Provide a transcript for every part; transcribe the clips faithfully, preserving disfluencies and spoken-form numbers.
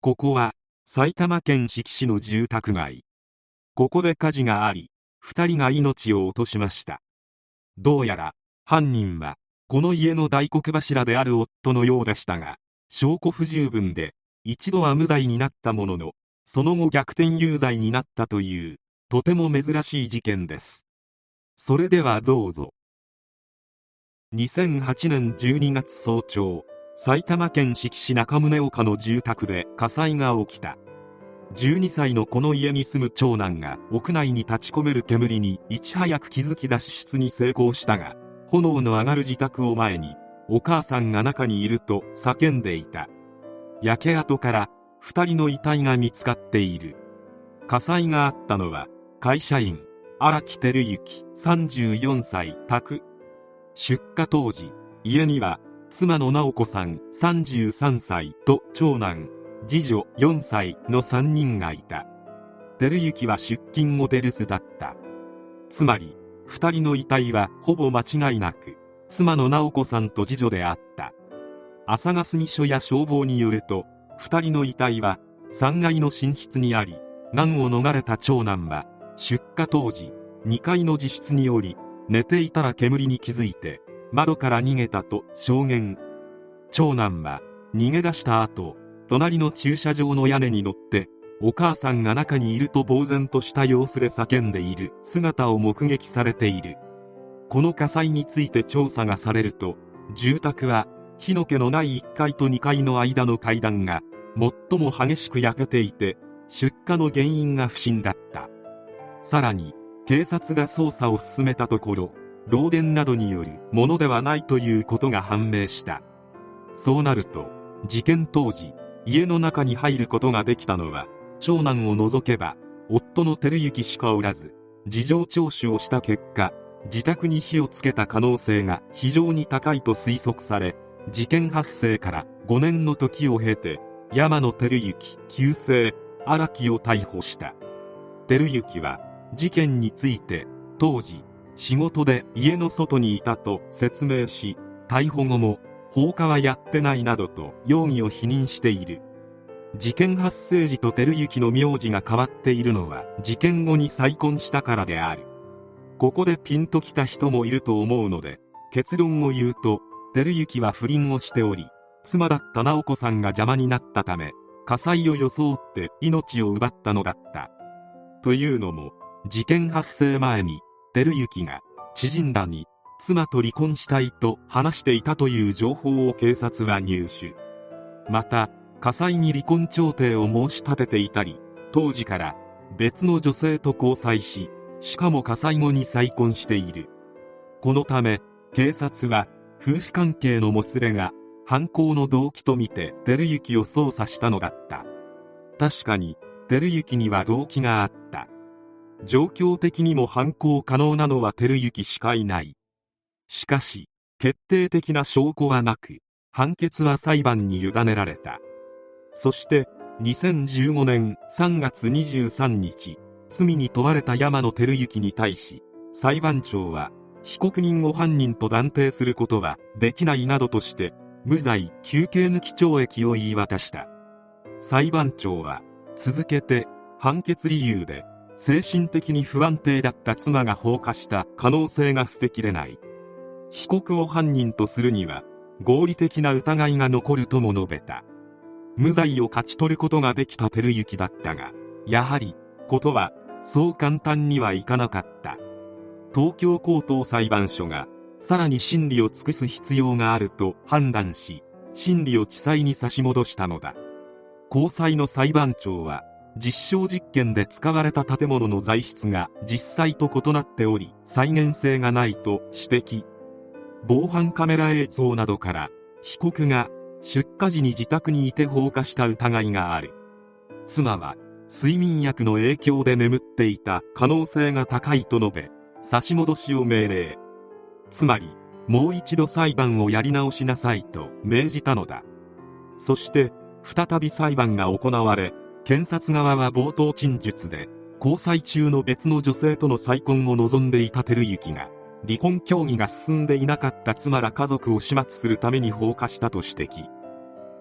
ここは埼玉県志木市の住宅街。ここで火事があり、二人が命を落としました。どうやら犯人はこの家の大黒柱である夫のようでしたが、証拠不十分で一度は無罪になったものの、その後逆転有罪になったというとても珍しい事件です。それではどうぞ。にせんはちねんじゅうにがつ早朝、埼玉県志木市中宗岡の住宅で火災が起きた。じゅうにさいのこの家に住む長男が屋内に立ち込める煙にいち早く気づき脱出に成功したが、炎の上がる自宅を前にお母さんが中にいると叫んでいた。焼け跡からふたりの遺体が見つかっている。火災があったのは会社員荒木照之さんじゅうよんさい宅。出火当時、家には妻の直子さんさんじゅうさんさいと長男次女よんさいのさんにんがいた。照之は出勤後デ留守だった。つまりふたりの遺体はほぼ間違いなく妻の直子さんと次女であった。朝霞署や消防によると、ふたりの遺体はさんがいの寝室にあり、難を逃れた長男は出火当時にかいの自室におり、寝ていたら煙に気づいて窓から逃げたと証言。長男は逃げ出した後、隣の駐車場の屋根に乗ってお母さんが中にいると呆然とした様子で叫んでいる姿を目撃されている。この火災について調査がされると、住宅は火の気のないいっかいとにかいの間の階段が最も激しく焼けていて、出火の原因が不審だった。さらに警察が捜査を進めたところ、漏電などによるものではないということが判明した。そうなると、事件当時家の中に入ることができたのは長男を除けば夫の照之しかおらず、事情聴取をした結果、自宅に火をつけた可能性が非常に高いと推測され、事件発生からごねんの時を経て山野照之旧姓荒木を逮捕した。照之は事件について当時仕事で家の外にいたと説明し、逮捕後も放火はやってないなどと容疑を否認している。事件発生時と照之の名字が変わっているのは事件後に再婚したからである。ここでピンときた人もいると思うので、結論を言うと、照之は不倫をしており、妻だった直子さんが邪魔になったため、火災を装って命を奪ったのだった。というのも、事件発生前に照之が知人らに妻と離婚したいと話していたという情報を警察は入手。また火災に離婚調停を申し立てていたり、当時から別の女性と交際し、しかも火災後に再婚している。このため警察は夫婦関係のもつれが犯行の動機とみて照之を捜査したのだった。確かに照之には動機があった。状況的にも犯行可能なのは照之しかいない。しかし決定的な証拠はなく、判決は裁判に委ねられた。そしてにせんじゅうごねんさんがつにじゅうさんにち、罪に問われた山野照之に対し裁判長は、被告人を犯人と断定することはできないなどとして無罪求刑抜き懲役を言い渡した。裁判長は続けて、判決理由で精神的に不安定だった妻が放火した可能性が捨てきれない。被告を犯人とするには合理的な疑いが残るとも述べた。無罪を勝ち取ることができた照之だったが、やはりことはそう簡単にはいかなかった。東京高等裁判所がさらに審理を尽くす必要があると判断し、審理を地裁に差し戻したのだ。高裁の裁判長は、実証実験で使われた建物の材質が実際と異なっており再現性がないと指摘。防犯カメラ映像などから被告が出火時に自宅にいて放火した疑いがある。妻は睡眠薬の影響で眠っていた可能性が高いと述べ、差し戻しを命令。つまりもう一度裁判をやり直しなさいと命じたのだ。そして再び裁判が行われ、検察側は冒頭陳述で、交際中の別の女性との再婚を望んでいた照之が離婚協議が進んでいなかった妻ら家族を始末するために放火したと指摘。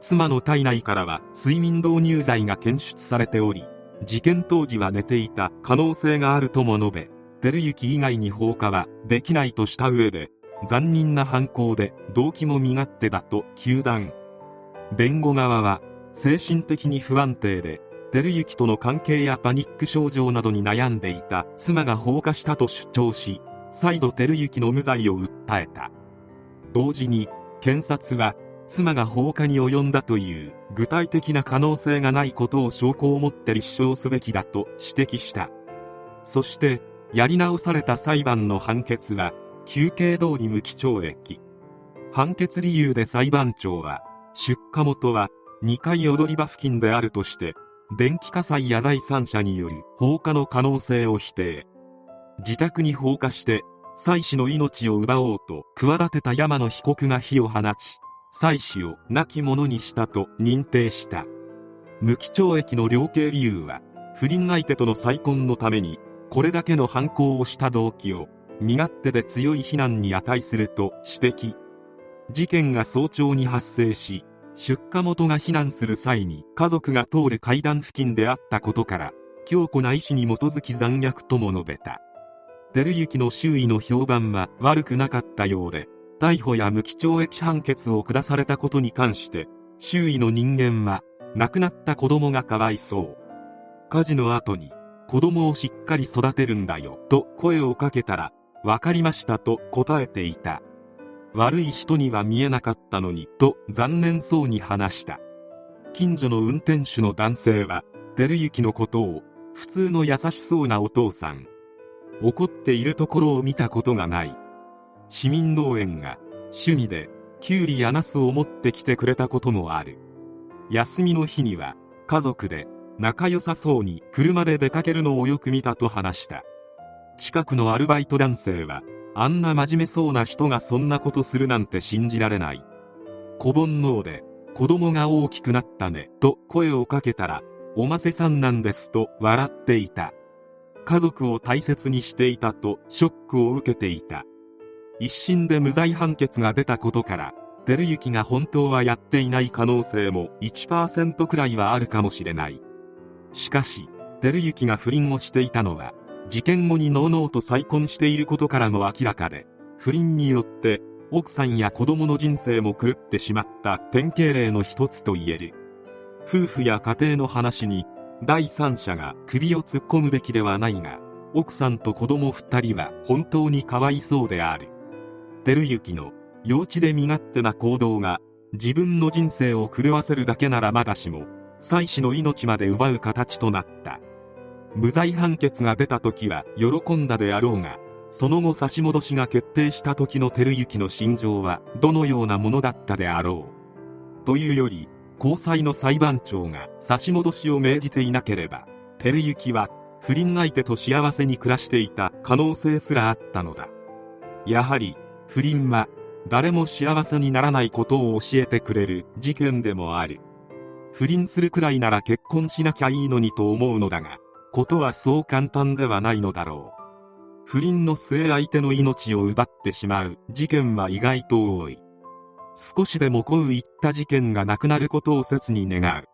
妻の体内からは睡眠導入剤が検出されており、事件当時は寝ていた可能性があるとも述べ、照之以外に放火はできないとした上で、残忍な犯行で動機も身勝手だと糾弾。弁護側は、精神的に不安定で照之との関係やパニック症状などに悩んでいた妻が放火したと主張し、再度照之の無罪を訴えた。同時に検察は、妻が放火に及んだという具体的な可能性がないことを証拠をもって立証すべきだと指摘した。そしてやり直された裁判の判決は求刑通り無期懲役。判決理由で裁判長は、出火元はにかい踊り場付近であるとして、電気火災や第三者による放火の可能性を否定。自宅に放火して妻子の命を奪おうと企てた山野被告が火を放ち、妻子を亡き者にしたと認定した。無期懲役の量刑理由は、不倫相手との再婚のためにこれだけの犯行をした動機を身勝手で強い非難に値すると指摘。事件が早朝に発生し、出火元が避難する際に家族が通る階段付近であったことから、強固な意志に基づき残虐とも述べた。照之の周囲の評判は悪くなかったようで、逮捕や無期懲役判決を下されたことに関して、周囲の人間は、亡くなった子供がかわいそう。火事の後に、子供をしっかり育てるんだよ、と声をかけたら、わかりましたと答えていた。悪い人には見えなかったのに、と残念そうに話した。近所の運転手の男性は、照之のことを、普通の優しそうなお父さん。怒っているところを見たことがない。市民農園が趣味でキュウリやナスを持ってきてくれたこともある。休みの日には家族で仲良さそうに車で出かけるのをよく見たと話した。近くのアルバイト男性は、あんな真面目そうな人がそんなことするなんて信じられない。子煩悩で子供が大きくなったねと声をかけたら、おませさんなんですと笑っていた。家族を大切にしていたとショックを受けていた。一審で無罪判決が出たことから、照之が本当はやっていない可能性も いちパーセント くらいはあるかもしれない。しかし、照之が不倫をしていたのは、事件後にのうのうと再婚していることからも明らかで、不倫によって奥さんや子供の人生も狂ってしまった典型例の一つと言える。夫婦や家庭の話に第三者が首を突っ込むべきではないが、奥さんと子供二人は本当にかわいそうである。照之の幼稚で身勝手な行動が自分の人生を狂わせるだけならまだしも、妻子の命まで奪う形となった。無罪判決が出た時は喜んだであろうが、その後差し戻しが決定した時の照之の心情はどのようなものだったであろう。というより、高裁の裁判長が差し戻しを命じていなければ、照之は不倫相手と幸せに暮らしていた可能性すらあったのだ。やはり不倫は誰も幸せにならないことを教えてくれる事件でもある。不倫するくらいなら結婚しなきゃいいのにと思うのだが、ことはそう簡単ではないのだろう。不倫の末相手の命を奪ってしまう事件は意外と多い。少しでもこういった事件がなくなることを切に願う。